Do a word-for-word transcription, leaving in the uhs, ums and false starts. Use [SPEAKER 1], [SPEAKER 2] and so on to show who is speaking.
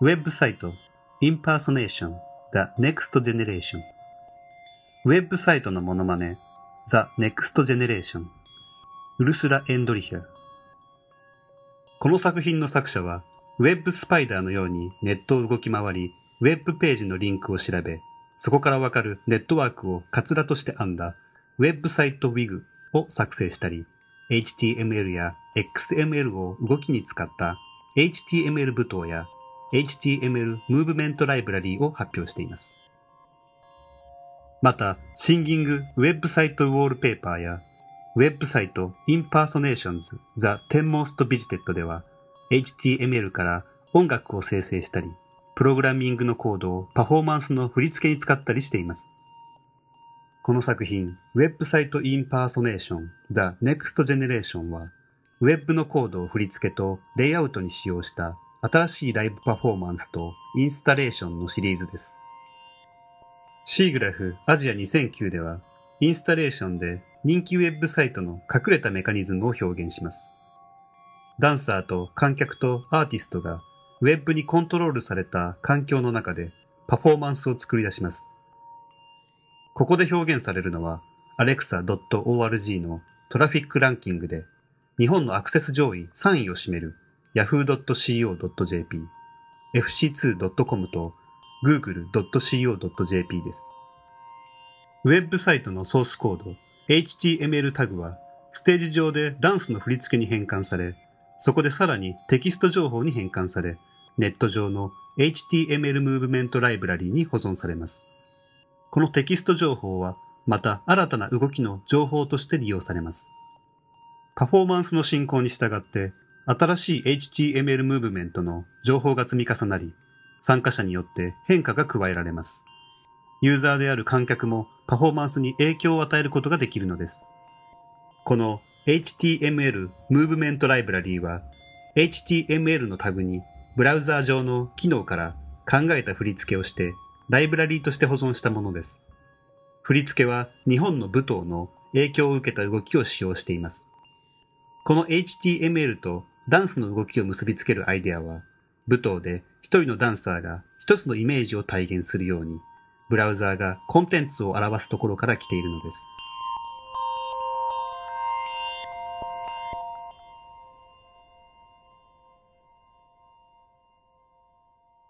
[SPEAKER 1] ウェブサイト Impersonation The Next Generation ウェブサイトのモノマネ The Next Generation ウルスラ・エンドリヒャー。この作品の作者はウェブスパイダーのようにネットを動き回り、ウェブページのリンクを調べ、そこからわかるネットワークをカツラとして編んだウェブサイト ウィグ を作成したり、エイチティーエムエル や エックスエムエル を動きに使った エイチティーエムエル 舞踏や エイチティーエムエル ムーブメントライブラリーを発表しています。また、シンギングウェブサイトウォールペーパーやウェブサイト Impersonations The テン Most Visited では エイチティーエムエル から音楽を生成したり、プログラミングのコードをパフォーマンスの振り付けに使ったりしています。この作品、ウェブサイト Impersonation The Next Generation は、ウェブのコードを振り付けとレイアウトに使用した新しいライブパフォーマンスとインスタレーションのシリーズです。シーグラフアジアにせんきゅうでは、インスタレーションで人気ウェブサイトの隠れたメカニズムを表現します。ダンサーと観客とアーティストがウェブにコントロールされた環境の中でパフォーマンスを作り出します。ここで表現されるのは アレクサドットオーアールジー のトラフィックランキングで日本のアクセス上位さんいを占める ヤフードットシーオードットジェーピー、エフシーツードットコム と グーグルドットシーオードットジェーピー です。ウェブサイトのソースコード エイチティーエムエル タグはステージ上でダンスの振り付けに変換され、そこでさらにテキスト情報に変換され、ネット上の エイチティーエムエル ムーブメントライブラリーに保存されます。このテキスト情報はまた新たな動きの情報として利用されます。パフォーマンスの進行に従って新しい エイチティーエムエル ムーブメントの情報が積み重なり、参加者によって変化が加えられます。ユーザーである観客もパフォーマンスに影響を与えることができるのです。この エイチティーエムエル ムーブメントライブラリーは エイチティーエムエル のタグにブラウザー上の機能から考えた振り付けをしてライブラリーとして保存したものです。振り付けは日本の舞踏の影響を受けた動きを使用しています。この エイチティーエムエル とダンスの動きを結びつけるアイデアは、舞踏で一人のダンサーが一つのイメージを体現するように、ブラウザーがコンテンツを表すところから来ているのです。